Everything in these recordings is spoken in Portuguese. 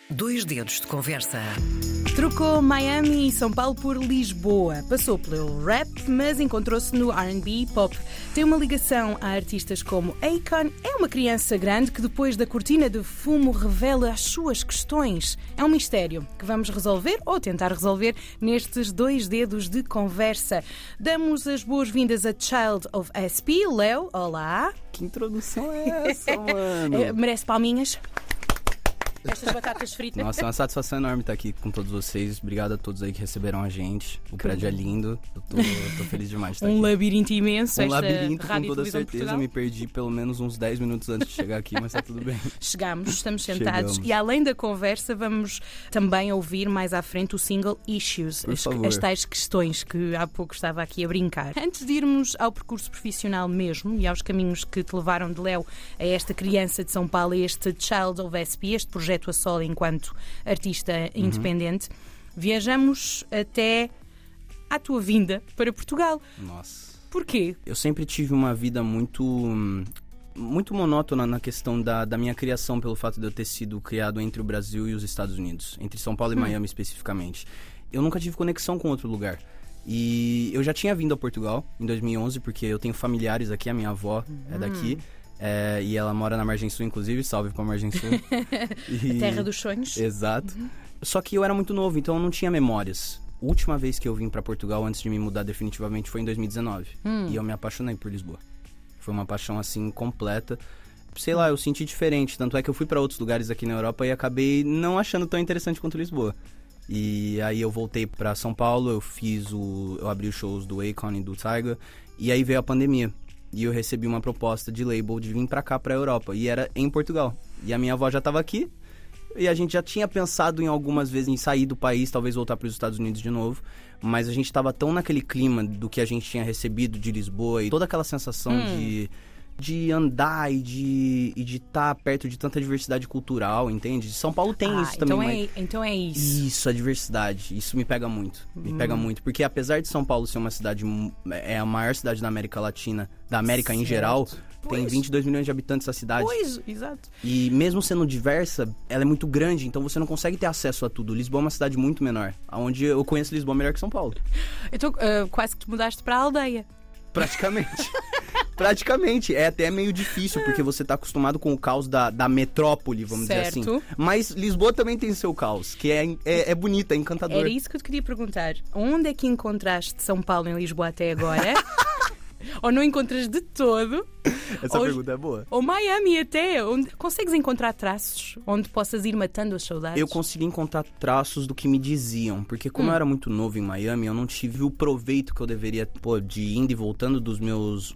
Dois dedos de conversa. Trocou Miami e São Paulo por Lisboa. Passou pelo rap, mas encontrou-se no R&B e pop. Tem uma ligação a artistas como Akon. É uma criança grande que depois da cortina de fumo revela as suas questões. É um mistério que vamos resolver ou tentar resolver nestes dois dedos de conversa. Damos as boas-vindas a Child of SP. Léo, olá. Que introdução é essa, mano? Merece palminhas? Estas batatas fritas. Nossa, é uma satisfação enorme estar aqui com todos vocês. Obrigado a todos aí que receberam a gente. O prédio é lindo. Eu tô feliz demais de estar aqui. Um labirinto imenso. Um labirinto, com toda certeza. Eu me perdi pelo menos uns 10 minutos antes de chegar aqui, mas tá tudo bem. Estamos sentados. E além da conversa, vamos também ouvir mais à frente o single Issues. As tais questões que há pouco estava aqui a brincar. Antes de irmos ao percurso profissional mesmo e aos caminhos que te levaram de Léo a esta criança de São Paulo, a este Child of SP, este projeto a solo enquanto artista independente, viajamos até à tua vinda para Portugal. Nossa. Porquê? Eu sempre tive uma vida muito monótona na questão da minha criação, pelo fato de eu ter sido criado entre o Brasil e os Estados Unidos, entre São Paulo e Miami especificamente. Eu nunca tive conexão com outro lugar. E eu já tinha vindo a Portugal em 2011, porque eu tenho familiares aqui, a minha avó é daqui. E ela mora na Margem Sul, inclusive. Salve pra Margem Sul. A terra dos sonhos. Exato. Só que eu era muito novo, então eu não tinha memórias. A última vez que eu vim pra Portugal, antes de me mudar definitivamente, foi em 2019. E eu me apaixonei por Lisboa. Foi uma paixão, assim, completa. Sei lá, eu senti diferente. Tanto é que eu fui pra outros lugares aqui na Europa e acabei não achando tão interessante quanto Lisboa. E aí eu voltei pra São Paulo, eu abri os shows do Akon e do Tyga. E aí veio a pandemia. E eu recebi uma proposta de label de vir pra cá, pra Europa. E era em Portugal. E a minha avó já tava aqui. E a gente já tinha pensado em algumas vezes em sair do país, talvez voltar pros Estados Unidos de novo. Mas a gente tava tão naquele clima do que a gente tinha recebido de Lisboa. E toda aquela sensação de andar e de estar perto de tanta diversidade cultural, entende? São Paulo tem isso também. Então é isso. Isso, a diversidade. Isso me pega muito. Me pega muito. Porque apesar de São Paulo ser uma cidade... É a maior cidade da América Latina, da América em geral... Tem 22 milhões de habitantes essa cidade. Pois, exato. E mesmo sendo diversa, ela é muito grande, então você não consegue ter acesso a tudo. Lisboa é uma cidade muito menor, onde eu conheço Lisboa melhor que São Paulo. Então, quase que te mudaste para a aldeia. Praticamente. Praticamente. É até meio difícil, porque você tá acostumado com o caos da metrópole, vamos dizer assim. Mas Lisboa também tem seu caos, que é bonita, é encantador. Era isso que eu te queria perguntar. Onde é que encontraste São Paulo em Lisboa até agora? Ou não encontras de todo? Essa pergunta é boa. Ou Miami até, onde consegues encontrar traços onde possas ir matando as saudades? Eu consegui encontrar traços do que me diziam, porque como eu era muito novo em Miami, eu não tive o proveito que eu deveria, de indo e voltando dos meus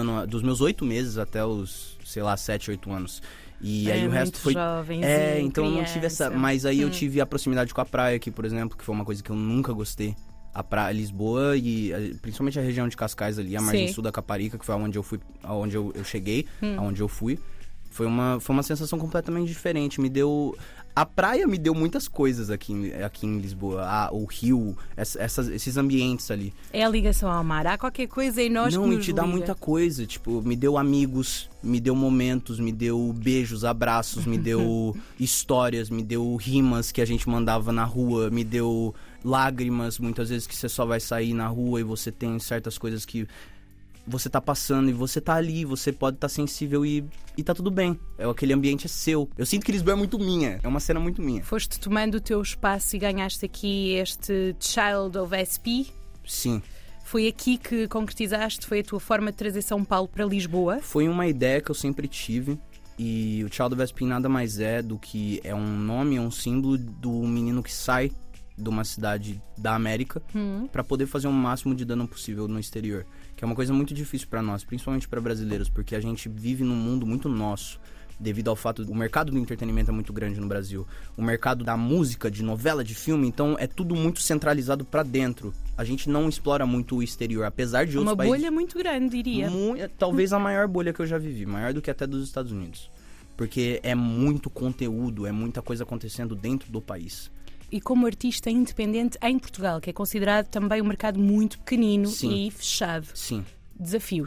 8 meses até os, 7, 8 anos. E aí o resto foi... então eu não tive essa... Mas aí eu tive a proximidade com a praia aqui, por exemplo, que foi uma coisa que eu nunca gostei. A praia, Lisboa e principalmente a região de Cascais ali, a margem sul da Caparica, que foi aonde eu fui, aonde eu cheguei, aonde eu fui. Foi uma sensação completamente diferente. A praia me deu muitas coisas aqui em Lisboa. O rio, esses ambientes ali. É a ligação ao mar. Há qualquer coisa em nós que nos liga. Não, e te dá muita coisa. Tipo, me deu amigos, me deu momentos, me deu beijos, abraços, me deu histórias, me deu rimas que a gente mandava na rua, me deu lágrimas, muitas vezes que você só vai sair na rua e você tem certas coisas que você tá passando e você tá ali, você pode estar sensível e tá tudo bem. Aquele ambiente é seu. Eu sinto que Lisboa é muito minha, é uma cena muito minha. Foste tomando o teu espaço e ganhaste aqui este Child of SP? Sim. Foi aqui que concretizaste, foi a tua forma de trazer São Paulo para Lisboa? Foi uma ideia que eu sempre tive. E o Child of SP nada mais é do que é um nome, é um símbolo do menino que sai de uma cidade da América para poder fazer o máximo de dano possível no exterior, que é uma coisa muito difícil para nós, principalmente para brasileiros, porque a gente vive num mundo muito nosso, devido ao fato do mercado do entretenimento é muito grande no Brasil, o mercado da música, de novela, de filme, então é tudo muito centralizado para dentro. A gente não explora muito o exterior, apesar de outros países... Uma bolha muito grande, diria. Talvez a maior bolha que eu já vivi, maior do que até dos Estados Unidos, porque é muito conteúdo, é muita coisa acontecendo dentro do país. E como artista independente em Portugal, que é considerado também um mercado muito pequenino e fechado. Sim. Desafios.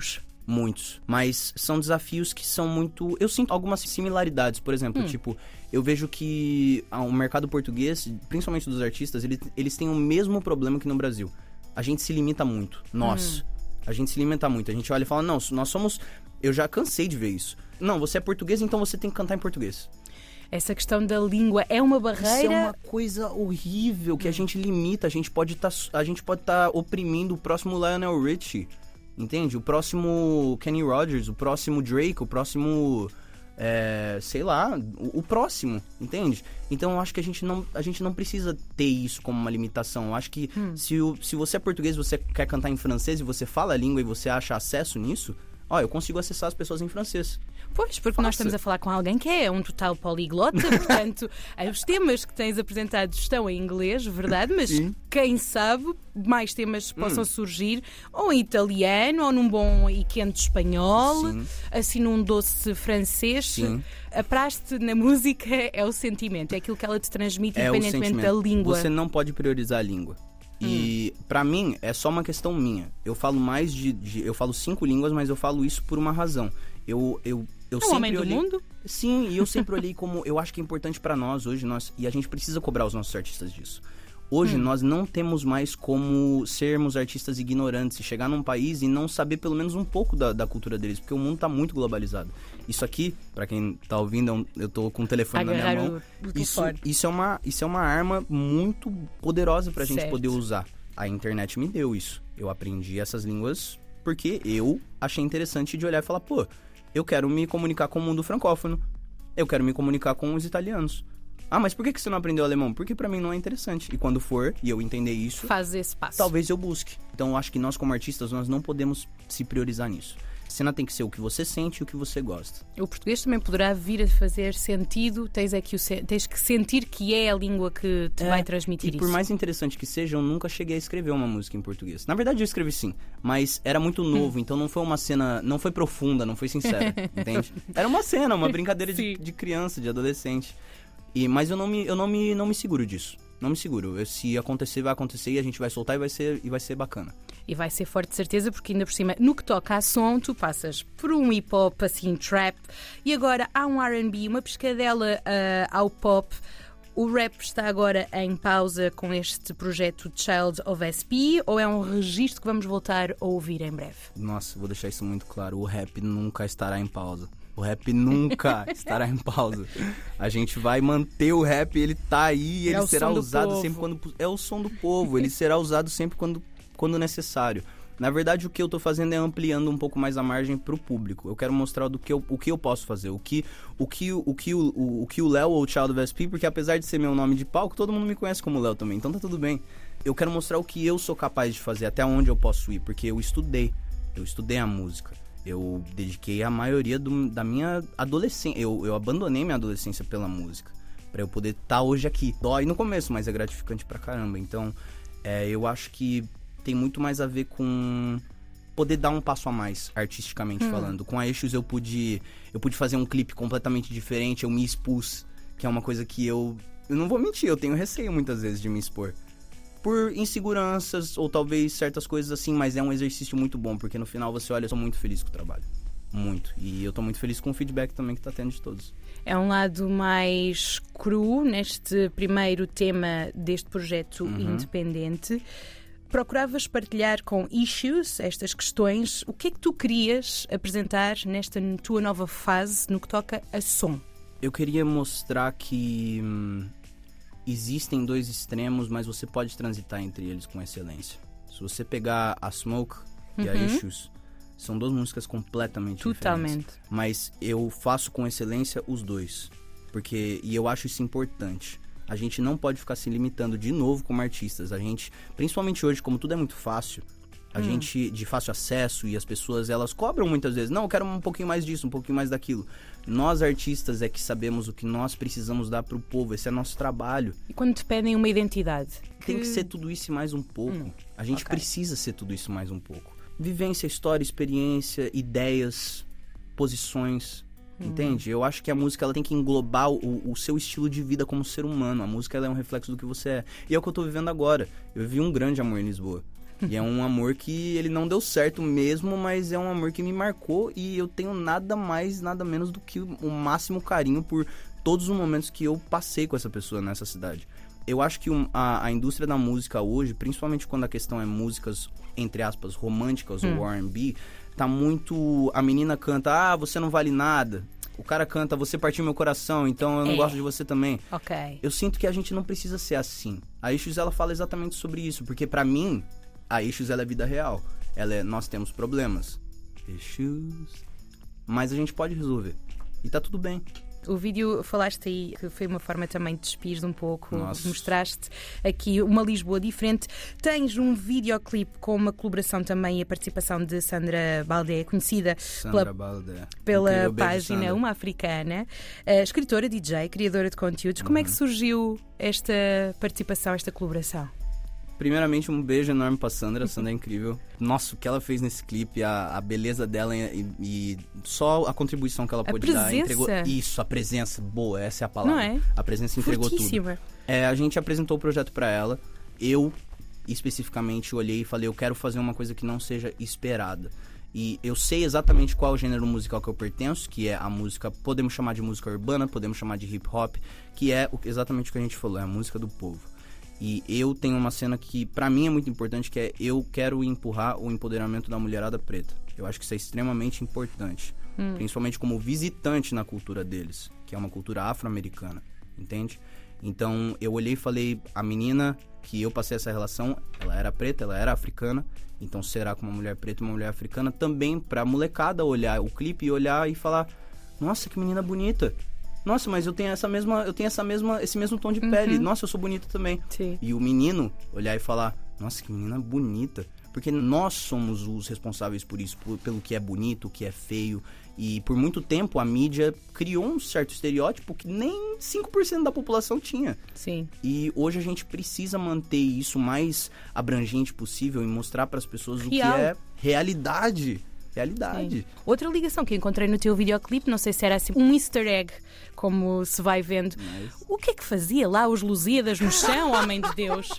Muitos. Mas são desafios que são muito... Eu sinto algumas similaridades, por exemplo, tipo... Eu vejo que o mercado português, principalmente dos artistas, eles têm o mesmo problema que no Brasil. A gente se limita muito. A gente se limita muito. A gente olha e fala, não, nós somos... Eu já cansei de ver isso. Não, você é português, então você tem que cantar em português. Essa questão da língua é uma barreira? Isso é uma coisa horrível que a gente limita. A gente pode tá oprimindo o próximo Lionel Richie, entende? O próximo Kenny Rogers, o próximo Drake, o próximo... sei lá, o próximo, entende? Então eu acho que a gente não precisa ter isso como uma limitação. Eu acho que se você é português, você quer cantar em francês e você fala a língua e você acha acesso nisso, eu consigo acessar as pessoas em francês. Pois, porque nós estamos a falar com alguém que é um total poliglota, portanto, os temas que tens apresentados estão em inglês, verdade? Mas quem sabe mais temas possam surgir, ou em italiano, ou num bom e quente espanhol, assim num doce francês. A praste na música é o sentimento, é aquilo que ela te transmite, independentemente da língua. Você não pode priorizar a língua. E pra mim é só uma questão minha. Eu falo mais eu falo 5 línguas, mas eu falo isso por uma razão. Eu sempre homem do mundo? Sim, e eu sempre olhei como... Eu acho que é importante pra nós hoje, e a gente precisa cobrar os nossos artistas disso. Hoje nós não temos mais como sermos artistas ignorantes e chegar num país e não saber pelo menos um pouco da cultura deles, porque o mundo tá muito globalizado. Isso aqui, pra quem tá ouvindo, eu tô com o telefone na minha mão. Isso é uma arma muito poderosa pra gente poder usar. A internet me deu isso. Eu aprendi essas línguas porque eu achei interessante de olhar e falar, pô, eu quero me comunicar com o mundo francófono. Eu quero me comunicar com os italianos. Ah, mas por que você não aprendeu alemão? Porque pra mim não é interessante. E quando for, e eu entender isso... Faz esse passo. Talvez eu busque. Então eu acho que nós, como artistas, nós não podemos se priorizar nisso. A cena tem que ser o que você sente e o que você gosta. O português também poderá vir a fazer sentido. Tens que sentir que é a língua que te vai transmitir isso. E por mais interessante que seja, eu nunca cheguei a escrever uma música em português. Na verdade, eu escrevi sim, mas era muito novo, então não foi uma cena... Não foi profunda, não foi sincera, entende? Era uma cena, uma brincadeira de criança, de adolescente. Mas eu não me seguro disso. Não me seguro. Se acontecer, vai acontecer e a gente vai soltar e vai ser bacana. E vai ser forte de certeza, porque ainda por cima, no que toca a som, tu passas por um hip-hop, assim, trap, e agora há um R&B, uma pescadela ao pop. O rap está agora em pausa com este projeto Child of SP, ou é um registro que vamos voltar a ouvir em breve? Nossa, vou deixar isso muito claro. O rap nunca estará em pausa. O rap nunca estará em pausa. A gente vai manter o rap, ele tá aí, ele será usado sempre quando... É o som do povo, ele será usado sempre quando necessário. Na verdade, o que eu tô fazendo é ampliando um pouco mais a margem pro público. Eu quero mostrar o que eu posso fazer, o que o Léo ou o Child of SP, porque apesar de ser meu nome de palco, todo mundo me conhece como Léo também, então tá tudo bem. Eu quero mostrar o que eu sou capaz de fazer, até onde eu posso ir, porque eu estudei a música. Eu dediquei a maioria da minha adolescência. Eu abandonei minha adolescência pela música, pra eu poder estar hoje aqui. Dói no começo, mas é gratificante pra caramba. Então, eu acho que tem muito mais a ver com poder dar um passo a mais, artisticamente falando. Com a Issues eu pude fazer um clipe completamente diferente, eu me expus, que é uma coisa que eu não vou mentir, eu tenho receio muitas vezes de me expor. Por inseguranças ou talvez certas coisas assim, mas é um exercício muito bom, porque no final você olha, eu sou muito feliz com o trabalho. Muito. E eu tô muito feliz com o feedback também que tá tendo de todos. É um lado mais cru neste primeiro tema deste projeto independente. Procuravas partilhar com Issues estas questões. O que é que tu querias apresentar nesta tua nova fase no que toca a som? Eu queria mostrar que existem dois extremos, mas você pode transitar entre eles com excelência. Se você pegar a Smoke e a Issues, são duas músicas completamente diferentes. Mas eu faço com excelência os dois. E eu acho isso importante. A gente não pode ficar se limitando de novo como artistas. A gente, principalmente hoje, como tudo é muito fácil, a gente, de fácil acesso, e as pessoas, elas cobram muitas vezes. Não, eu quero um pouquinho mais disso, um pouquinho mais daquilo. Nós, artistas, é que sabemos o que nós precisamos dar pro povo. Esse é nosso trabalho. E quando te pedem uma identidade? Tem que ser tudo isso e mais um pouco. A gente precisa ser tudo isso e mais um pouco. Vivência, história, experiência, ideias, posições... Entende? Eu acho que a música ela tem que englobar o seu estilo de vida como ser humano. A música ela é um reflexo do que você é. E é o que eu tô vivendo agora. Eu vivi um grande amor em Lisboa. E é um amor que ele não deu certo mesmo, mas é um amor que me marcou e eu tenho nada mais, nada menos do que o máximo carinho por todos os momentos que eu passei com essa pessoa nessa cidade. Eu acho que a indústria da música hoje, principalmente quando a questão é músicas, entre aspas, românticas ou R&B, tá muito... A menina canta, você não vale nada. O cara canta, você partiu meu coração, então eu não gosto de você também. Ok. Eu sinto que a gente não precisa ser assim. A Issues, ela fala exatamente sobre isso, porque pra mim, a Issues, ela é vida real. Ela é, nós temos problemas. Issues. Mas a gente pode resolver. E tá tudo bem. O vídeo, falaste aí que foi uma forma também de despir um pouco. Nossa. Mostraste aqui uma Lisboa diferente. Tens um videoclipe com uma colaboração também e a participação de Sandra Baldé, conhecida pela página Sandra. Uma Africana, escritora, DJ, criadora de conteúdos. Como é que surgiu esta participação, esta colaboração? Primeiramente, um beijo enorme pra Sandra. A Sandra é incrível. Nossa, o que ela fez nesse clipe, a beleza dela e só a contribuição que ela pôde dar. Entregou isso, a presença. Boa, essa é a palavra. Não é? A presença entregou tudo. A gente apresentou o projeto pra ela. Eu, especificamente, olhei e falei, eu quero fazer uma coisa que não seja esperada. E eu sei exatamente qual é o gênero musical que eu pertenço, que é a música, podemos chamar de música urbana, podemos chamar de hip hop, que é exatamente o que a gente falou, é a música do povo. E eu tenho uma cena que pra mim é muito importante, que é eu quero empurrar o empoderamento da mulherada preta. Eu acho que isso é extremamente importante, principalmente como visitante na cultura deles, que é uma cultura afro-americana, entende? Então eu olhei e falei, a menina que eu passei essa relação, ela era preta, ela era africana, então será com uma mulher preta e uma mulher africana também pra molecada olhar o clipe e olhar e falar, nossa, que menina bonita. Nossa, mas eu tenho esse mesmo tom de pele. Nossa, eu sou bonita também. Sim. E o menino olhar e falar, nossa, que menina bonita. Porque nós somos os responsáveis por isso, pelo que é bonito, o que é feio. E por muito tempo a mídia criou um certo estereótipo que nem 5% da população tinha. Sim. E hoje a gente precisa manter isso o mais abrangente possível e mostrar para as pessoas o que é realidade. Sim. Outra ligação que encontrei no teu videoclipe, não sei se era assim um easter egg, como se vai vendo. O que é que fazia lá os Lusíadas no chão, homem de Deus?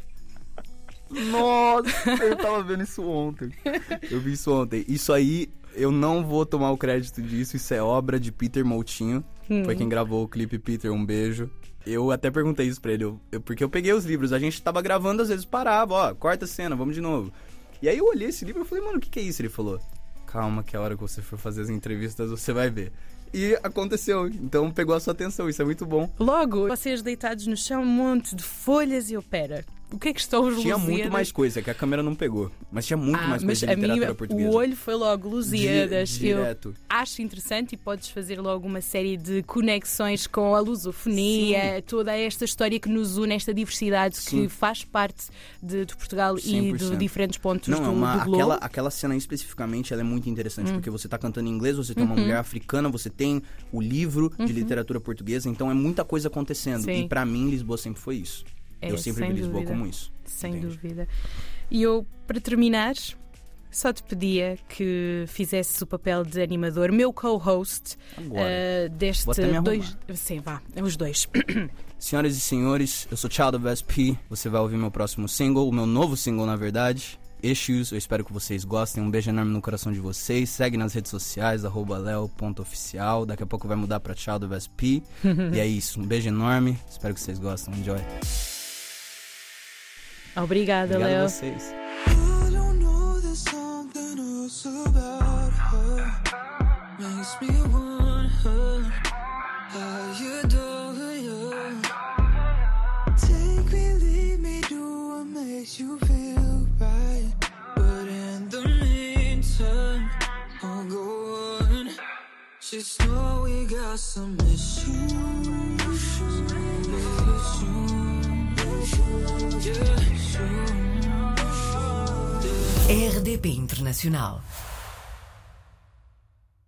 Nossa, eu tava vendo isso ontem. Eu vi isso ontem. Isso aí, eu não vou tomar o crédito disso, isso é obra de Peter Moutinho. Foi quem gravou o clipe. Peter, um beijo. Eu até perguntei isso pra ele, porque eu peguei os livros, a gente tava gravando, às vezes parava, ó, corta a cena, vamos de novo. E aí eu olhei esse livro e falei, mano, o que é isso? Ele falou, calma que a hora que você for fazer as entrevistas você vai ver. E aconteceu, então pegou a sua atenção, isso é muito bom. Logo, vocês deitados no chão, um monte de folhas e eu, pera, o que é que estão os Lusíadas? Tinha muito mais coisa, que a câmera não pegou. Mas tinha muito mais coisa de literatura portuguesa. O olho foi logo Lusíadas. Direto. Eu acho interessante e podes fazer logo uma série de conexões com a lusofonia, toda esta história que nos une, esta diversidade que faz parte de Portugal 100%. E de diferentes pontos do globo. Aquela cena especificamente ela é muito interessante, porque você está cantando em inglês, você tem uma mulher africana, você tem o livro de literatura portuguesa, então é muita coisa acontecendo. Sim. E pra mim, Lisboa sempre foi isso. Eu sempre vi Lisboa como isso. Sem dúvida. E eu, para terminar, só te pedia que fizesses o papel de animador, meu co-host deste dois. Sim, vá, os dois. Senhoras e senhores, eu sou Child of SP. Você vai ouvir meu próximo single, o meu novo single, na verdade. Issues, eu espero que vocês gostem. Um beijo enorme no coração de vocês. Segue nas redes sociais, @leo.oficial. Daqui a pouco vai mudar pra Child of SP. E é isso, um beijo enorme. Espero que vocês gostem. Enjoy. Obrigada, Léo. Obrigado a vocês. Just know we got some issues. RDP Internacional.